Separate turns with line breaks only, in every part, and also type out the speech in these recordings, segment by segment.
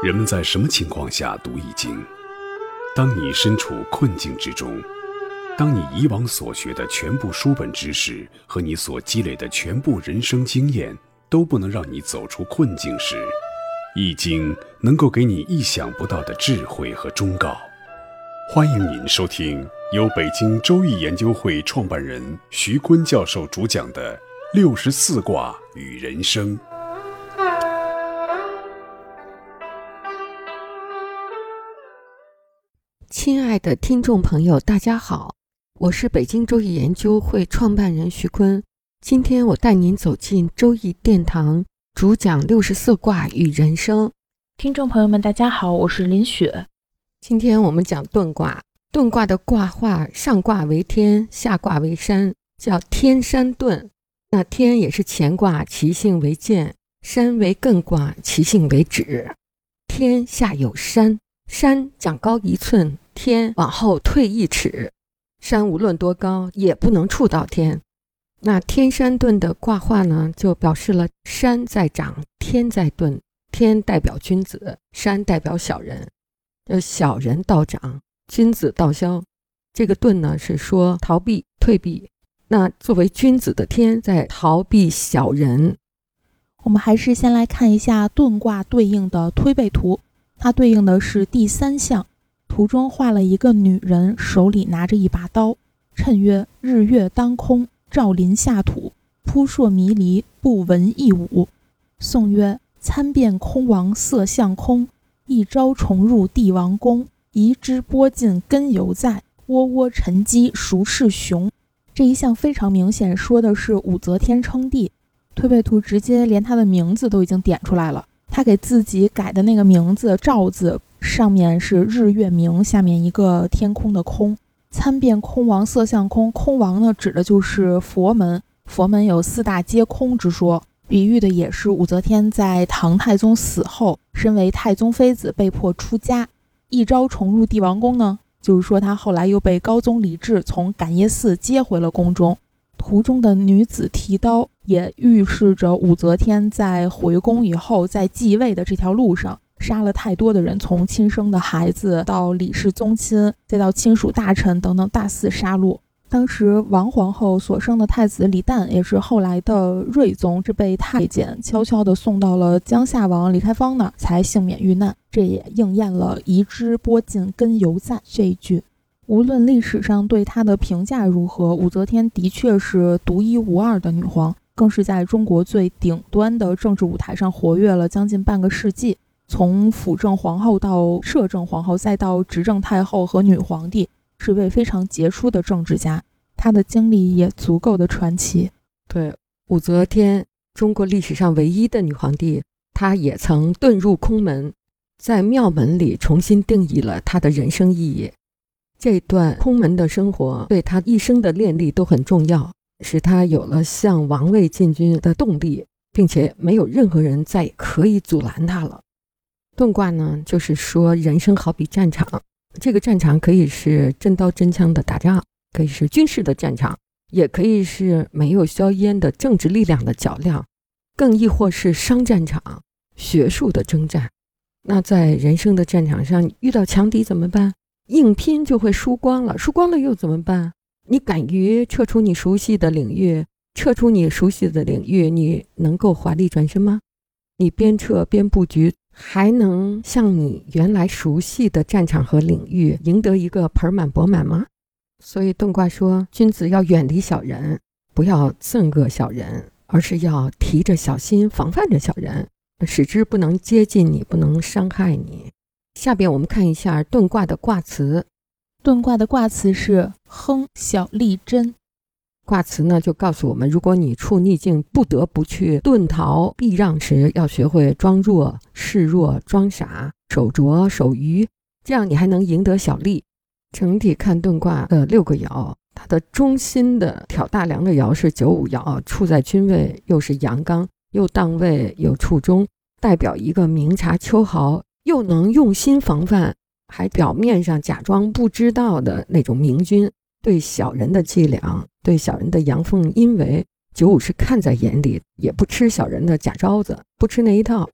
人们在什么情况下读易经？当你身处困境之中，当你以往所学的全部书本知识和你所积累的全部人生经验都不能让你走出困境时，易经能够给你意想不到的智慧和忠告。欢迎您收听由北京周易研究会创办人徐坤教授主讲的64卦与人生。
亲爱的听众朋友，大家好，我是北京周易研究会创办人徐坤。今天我带您走进周易殿堂，主讲64卦与人生。
听众朋友们大家好，我是林雪。
今天我们讲遁卦。遁卦的卦画，上卦为天，下卦为山，叫天山遁。那天也是乾卦，其性为健；山为艮卦，其性为止。天下有山，山长高1寸，天往后退1尺，山无论多高也不能触到天。那天山遁的卦画呢，就表示了山在长，天在遁。天代表君子，山代表小人，小人道长，君子道消。这个遁呢，是说逃避退避，那作为君子的天在逃避小人。
我们还是先来看一下遁卦对应的推背图，它对应的是第3象，图中画了一个女人，手里拿着一把刀，谶曰：日月当空，照临下土，扑朔迷离，不闻一舞。颂曰：参变空王色相空，一朝重入帝王宫，移之波尽根犹在，窝窝沉积孰是雄。这一项非常明显说的是武则天称帝，推背图直接连他的名字都已经点出来了。他给自己改的那个名字赵字，上面是日月明，下面一个天空的空。参变空王色相空，空王呢指的就是佛门，佛门有4大皆空之说，比喻的也是武则天在唐太宗死后，身为太宗妃子被迫出家，一朝重入帝王宫呢，就是说她后来又被高宗李治从感业寺接回了宫中。图中的女子提刀也预示着武则天在回宫以后，在继位的这条路上杀了太多的人，从亲生的孩子到李氏宗亲，再到亲属大臣等等，大肆杀戮。当时王皇后所生的太子李旦也是后来的睿宗，这被太监悄悄地送到了江夏王李开方那儿，才幸免遇难。这也应验了移之波尽根犹在这一句。无论历史上对她的评价如何，武则天的确是独一无二的女皇，更是在中国最顶端的政治舞台上活跃了将近半个世纪。从辅政皇后到摄政皇后，再到执政太后和女皇帝，是位非常杰出的政治家，她的经历也足够的传奇。
对，武则天，中国历史上唯一的女皇帝，她也曾遁入空门，在庙门里重新定义了她的人生意义。这段空门的生活对她一生的练力都很重要，使她有了向王位进军的动力，并且没有任何人再可以阻拦她了。遁卦呢，就是说人生好比战场，这个战场可以是真刀真枪的打仗，可以是军事的战场，也可以是没有硝烟的政治力量的较量，更亦或是商战场，学术的征战。那在人生的战场上，遇到强敌怎么办？硬拼就会输光了，输光了又怎么办？你敢于撤出你熟悉的领域，你能够华丽转身吗？你边撤边布局，还能像你原来熟悉的战场和领域赢得一个盆满钵满吗？所以遁卦说，君子要远离小人，不要憎恶小人，而是要提着小心防范着小人，使之不能接近你，不能伤害你。下边我们看一下遁卦的卦辞。
遁卦的卦辞是亨小利贞。
卦辞呢，就告诉我们，如果你处逆境不得不去遁逃避让时，要学会装弱示弱，装傻守拙守愚，这样你还能赢得小利。整体看遁卦的6个爻，它的中心的挑大梁的爻是9五爻，处在君位，又是阳刚，又当位又处中，代表一个明察秋毫，又能用心防范，还表面上假装不知道的那种明君，对小人的伎俩，对小人的阳奉阴违，9五是看在眼里，也不吃小人的假招子，不吃那一套。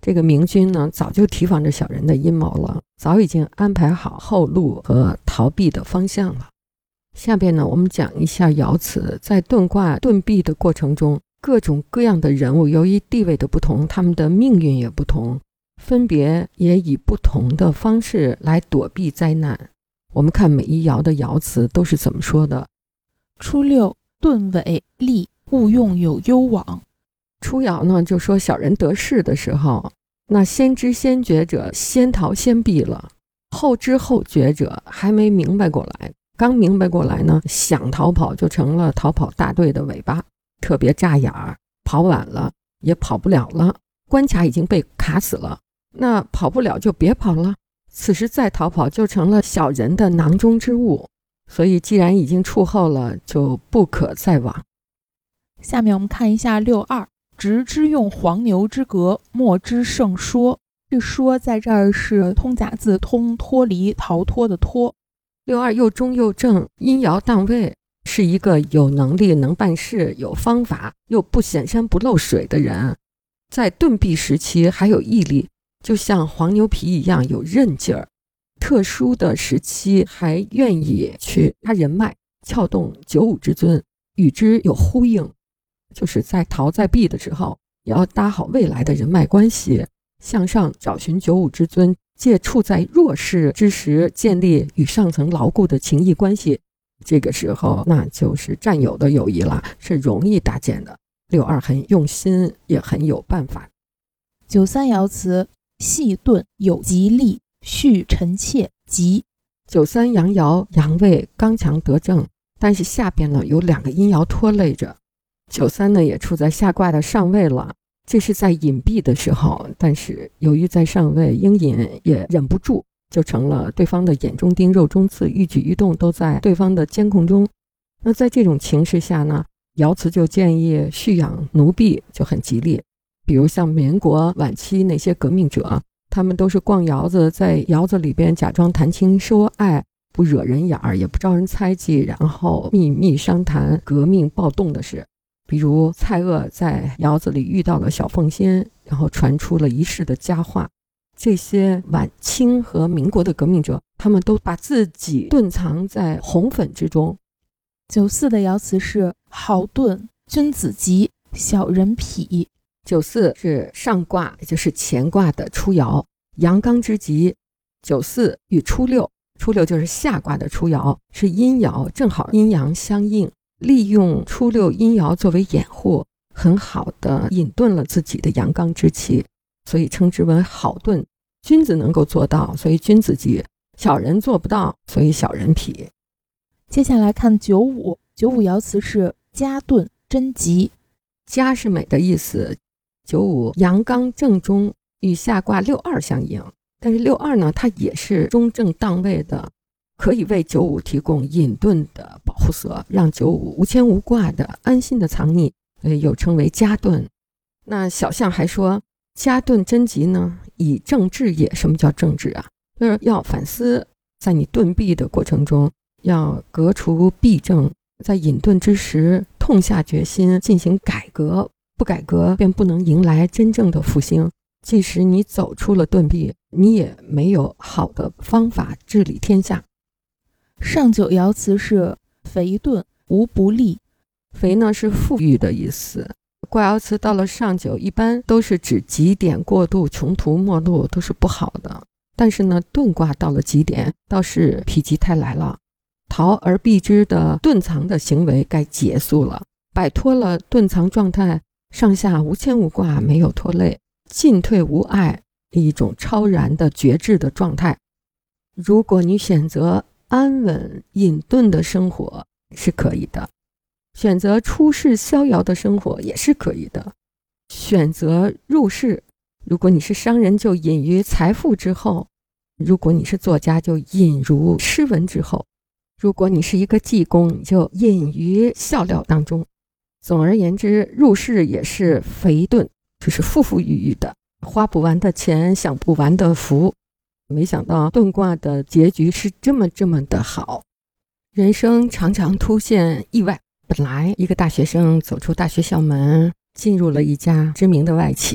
这个明君呢，早就提防着小人的阴谋了，早已经安排好后路和逃避的方向了。下边呢，我们讲一下爻辞在遁卦遁避的过程中，各种各样的人物，由于地位的不同，他们的命运也不同，分别也以不同的方式来躲避灾难。我们看每一爻的爻辞都是怎么说的。
初六，遁尾利，勿用有攸往。
初爻呢，就说小人得势的时候，那先知先觉者先逃先避了，后知后觉者还没明白过来，刚明白过来呢，想逃跑就成了逃跑大队的尾巴，特别扎眼儿，跑晚了也跑不了了，关卡已经被卡死了，那跑不了就别跑了，此时再逃跑就成了小人的囊中之物，所以既然已经触后了，就不可再往。
下面我们看一下六二，直之用黄牛之格，莫之胜说。这说在这儿是通假字通，脱离逃脱的脱。
六二又中又正，阴爻当位，是一个有能力能办事有方法又不显山不漏水的人，在遁避时期还有毅力，就像黄牛皮一样有韧劲儿，特殊的时期还愿意去拉人脉，撬动九五之尊，与之有呼应，就是在逃在避的时候也要搭好未来的人脉关系，向上找寻九五之尊，借处在弱势之时建立与上层牢固的情谊关系，这个时候那就是战友的友谊了，是容易搭建的。六二很用心，也很有办法。
九三爻辞，细遁有吉利，续臣妾吉。
九三阳爻阳位刚强得正，但是下边呢有两个阴爻拖累着，九三呢也处在下卦的上位了，这是在隐蔽的时候，但是由于在上位，应隐也忍不住，就成了对方的眼中钉肉中刺，一举一动都在对方的监控中。那在这种情势下呢，爻辞就建议蓄养奴婢就很吉利。比如像民国晚期那些革命者，他们都是逛窑子，在窑子里边假装谈情说爱，不惹人眼儿，也不招人猜忌，然后秘密商谈革命暴动的事。比如蔡锷在窑子里遇到了小凤仙，然后传出了一世的佳话。这些晚清和民国的革命者，他们都把自己遁藏在红粉之中。
九四的爻辞是好遁，君子吉，小人否。
九四是上卦，也就是乾卦的初爻，阳刚之吉。九四与初六，初六就是下卦的初爻，是阴爻，正好阴阳相应，利用初六阴爻作为掩护，很好的隐遁了自己的阳刚之气，所以称之为好遁。君子能够做到，所以君子吉；小人做不到，所以小人否。
接下来看九五，九五爻辞是佳遁贞吉。
佳是美的意思，九五阳刚正中，与下卦六二相应，但是六二呢，它也是中正当位的，可以为九五提供隐遁的保护色，让九五无牵无挂的安心的藏匿，又称为佳遁。那小象还说佳遁贞吉呢，以正治也。什么叫正治啊？就是要反思，在你遁避的过程中，要革除弊政，在隐遁之时痛下决心进行改革，不改革便不能迎来真正的复兴。即使你走出了遁避，你也没有好的方法治理天下。
上九爻辞是肥遁无不利。
肥呢是富裕的意思，卦爻辞到了上九一般都是指极点过度，穷途末路，都是不好的。但是呢，遁卦到了极点，倒是否极泰来了，逃而避之的遁藏的行为该结束了，摆脱了遁藏状态，上下无牵无挂，没有拖累，进退无碍，一种超然的觉知的状态。如果你选择安稳隐遁的生活是可以的，选择出世逍遥的生活也是可以的，选择入世，如果你是商人就隐于财富之后，如果你是作家就隐入诗文之后，如果你是一个技工你就隐于笑料当中。总而言之，入世也是肥遁，就是富富裕裕的，花不完的钱，享不完的福。没想到遁卦的结局是这么的好。人生常常出现意外，本来一个大学生走出大学校门，进入了一家知名的外企，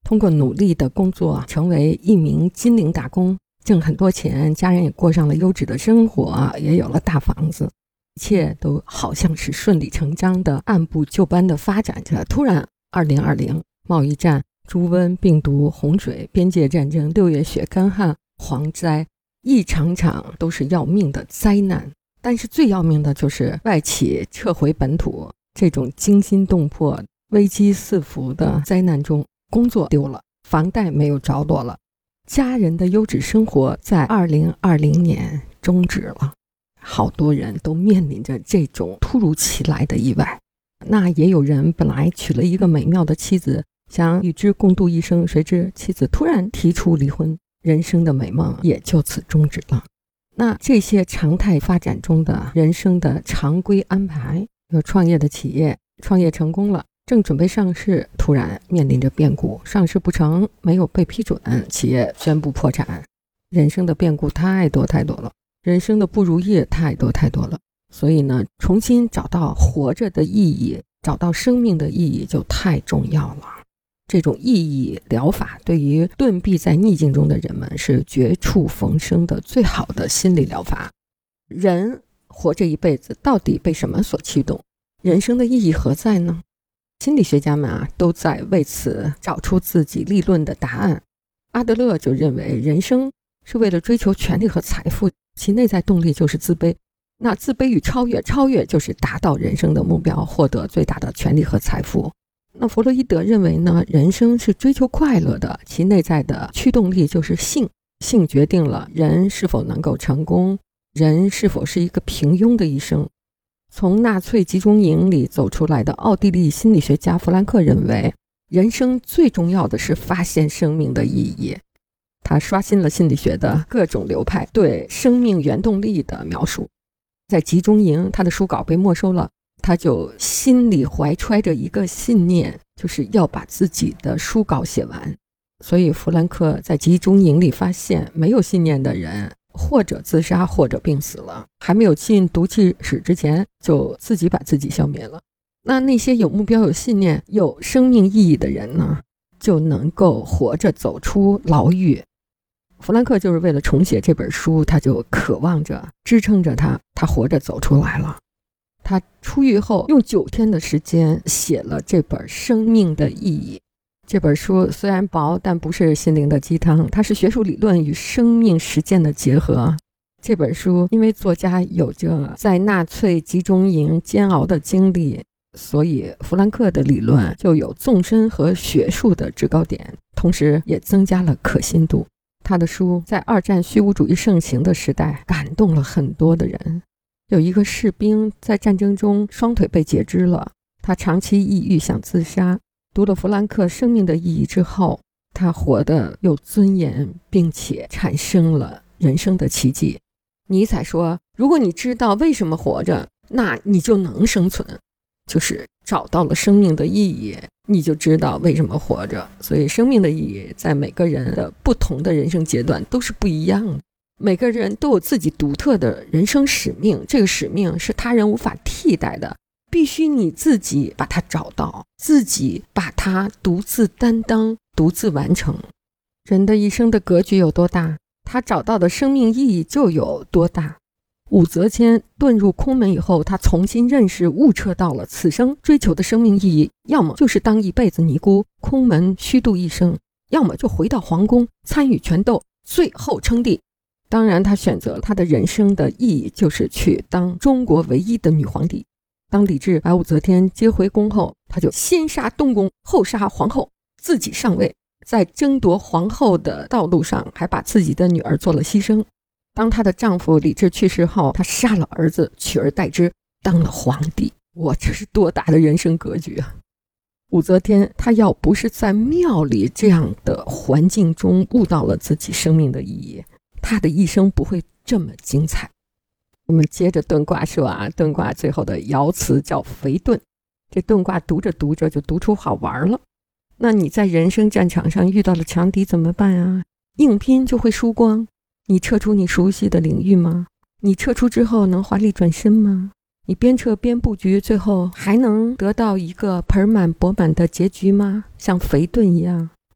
通过努力的工作成为一名金领打工，挣很多钱，家人也过上了优质的生活，也有了大房子，一切都好像是顺理成章的按部就班的发展着。突然2020贸易战、猪瘟、病毒、洪水、边界战争、6月雪、干旱、蝗灾，一场场都是要命的灾难。但是最要命的就是外企撤回本土，这种惊心动魄、危机四伏的灾难中，工作丢了，房贷没有着落了，家人的优质生活在2020年终止了。好多人都面临着这种突如其来的意外。那也有人本来娶了一个美妙的妻子，想与之共度一生，谁知妻子突然提出离婚，人生的美梦也就此终止了。那这些常态发展中的人生的常规安排，有创业的企业创业成功了，正准备上市，突然面临着变故，上市不成，没有被批准，企业宣布破产。人生的变故太多太多了，人生的不如意太多太多了。所以呢，重新找到活着的意义，找到生命的意义就太重要了。这种意义疗法对于顿避在逆境中的人们是绝处逢生的最好的心理疗法。人活这一辈子到底被什么所驱动？人生的意义何在呢？心理学家们都在为此找出自己立论的答案。阿德勒就认为人生是为了追求权力和财富，其内在动力就是自卑。那自卑与超越，超越就是达到人生的目标，获得最大的权力和财富。那弗洛伊德认为呢，人生是追求快乐的，其内在的驱动力就是性，性决定了人是否能够成功，人是否是一个平庸的一生。从纳粹集中营里走出来的奥地利心理学家弗兰克认为，人生最重要的是发现生命的意义。他刷新了心理学的各种流派对生命原动力的描述。在集中营，他的书稿被没收了，他就心里怀揣着一个信念，就是要把自己的书稿写完。所以弗兰克在集中营里发现，没有信念的人或者自杀或者病死了，还没有进毒气室之前就自己把自己消灭了。那些有目标、有信念、有生命意义的人呢，就能够活着走出牢狱。弗兰克就是为了重写这本书，他就渴望着支撑着他活着走出来了。他出狱后用9天的时间写了这本《生命的意义》。这本书虽然薄，但不是心灵的鸡汤，它是学术理论与生命实践的结合。这本书因为作家有着在纳粹集中营煎熬的经历，所以弗兰克的理论就有纵深和学术的制高点，同时也增加了可信度。他的书在2战虚无主义盛行的时代感动了很多的人。有一个士兵在战争中双腿被截肢了，他长期抑郁想自杀。读了弗兰克《生命的意义》之后，他活得有尊严，并且产生了人生的奇迹。尼采说，如果你知道为什么活着，那你就能生存。就是找到了生命的意义，你就知道为什么活着。所以生命的意义在每个人的不同的人生阶段都是不一样的。每个人都有自己独特的人生使命，这个使命是他人无法替代的，必须你自己把它找到，自己把它独自担当，独自完成。人的一生的格局有多大，他找到的生命意义就有多大。武则天遁入空门以后，他重新认识悟彻到了此生追求的生命意义，要么就是当一辈子尼姑，空门虚度一生，要么就回到皇宫参与权斗，最后称帝。当然他选择了他的人生的意义，就是去当中国唯一的女皇帝。当李治把武则天接回宫后，他就先杀东宫，后杀皇后，自己上位，在争夺皇后的道路上还把自己的女儿做了牺牲。当她的丈夫李治去世后，她杀了儿子，取而代之当了皇帝。哇，这是多大的人生格局啊！武则天她要不是在庙里这样的环境中悟到了自己生命的意义，她的一生不会这么精彩。我们接着遁卦说遁卦最后的爻辞叫肥遁。这遁卦读着读着就读出好玩了。那你在人生战场上遇到了强敌怎么办啊？硬拼就会输光？你撤出你熟悉的领域吗？你撤出之后能华丽转身吗？你边撤边布局，最后还能得到一个盆满钵满的结局吗？像肥遁一样？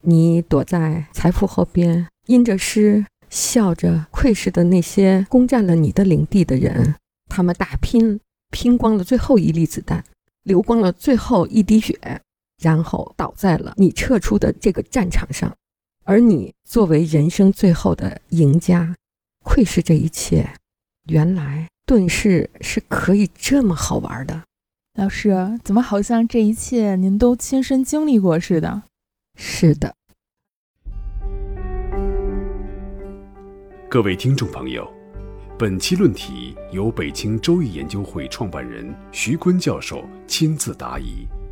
你躲在财富后边，因着诗笑着窥视的那些攻占了你的领地的人，他们打拼，拼光了最后一粒子弹，流光了最后一滴血，然后倒在了你撤出的这个战场上。而你作为人生最后的赢家，窥视这一切，原来遁世是可以这么好玩的。
老师，怎么好像这一切您都亲身经历过似的？
是的。
各位听众朋友，本期论题由北京周易研究会创办人徐坤教授亲自答疑。